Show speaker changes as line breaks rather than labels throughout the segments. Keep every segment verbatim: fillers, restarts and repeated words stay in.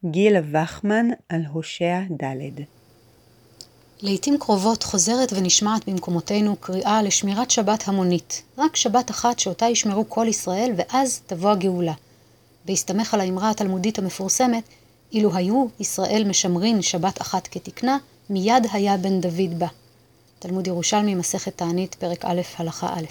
גילה וחמן על הושע ד'.
לעתים קרובות חוזרת ונשמעת במקומותינו קריאה לשמירת שבת המונית, רק שבת אחת שאותה ישמרו כל ישראל ואז תבוא הגאולה. בהסתמך על האמרה התלמודית המפורסמת, אילו היו ישראל משמרין שבת אחת כתקנה, מיד היה בן דוד בא. תלמוד ירושלמי מסכת תענית פרק א' הלכה א'.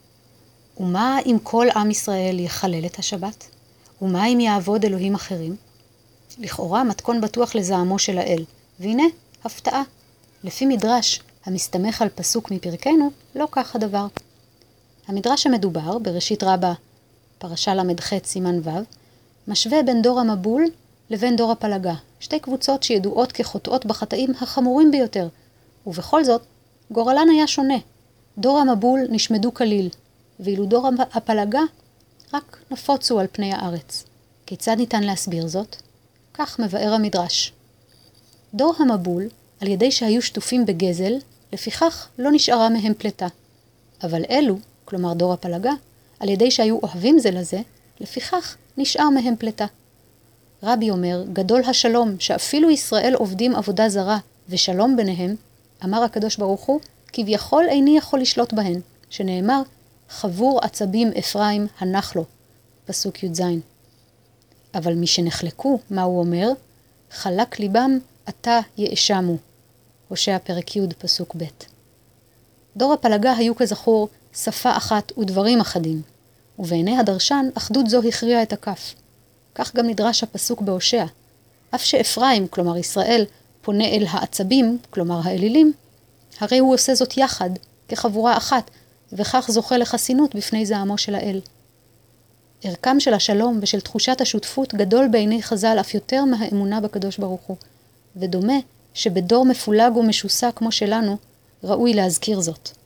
ומה אם כל עם ישראל יחלל את השבת? ומה אם יעבוד אלוהים אחרים? לכאורה מתכון בטוח לזעמו של האל, והנה הפתעה. לפי מדרש המסתמך על פסוק מפרקנו, לא כך הדבר. המדרש המדובר, בראשית רבה, פרשה למ"ח סימן ו', משווה בין דור המבול לבין דור הפלגה, שתי קבוצות שידועות כחוטאות בחטאים החמורים ביותר, ובכל זאת גורלן היה שונה. דור המבול נשמדו כליל, ואילו דור הפלגה רק נפוצו על פני הארץ. כיצד ניתן להסביר זאת? כך מבאר המדרש. דור המבול, על ידי שהיו שטופים בגזל, לפיכך לא נשארה מהם פלטה. אבל אלו, כלומר דור הפלגה, על ידי שהיו אוהבים זה לזה, לפיכך נשאר מהם פלטה. רבי אומר, גדול השלום, שאפילו ישראל עובדים עבודה זרה, ושלום ביניהם, אמר הקדוש ברוך הוא, כביכול איני יכול לשלוט בהן, שנאמר, חבור עצבים אפרים הנח לו, פסוק י"ז. אבל מי שנחלקו, מה הוא אומר? חלק ליבם, עתה יאשמו. הושע פרק י' פסוק ב'. דור הפלגה היו כזכור שפה אחת ודברים אחדים, ובעיני הדרשן אחדות זו הכריעה את הכף. כך גם נדרש הפסוק בהושע. אף שאפרים, כלומר ישראל, פונה אל העצבים, כלומר האלילים, הרי הוא עושה זאת יחד, כחבורה אחת, וכך זוכה לחסינות בפני זעמו של האל. ערכם של השלום ושל תחושת השותפות גדול בעיני חז"ל אף יותר מהאמונה בקדוש ברוך הוא, ודומה שבדור מפולג ומשוסע כמו שלנו, ראוי להזכיר זאת.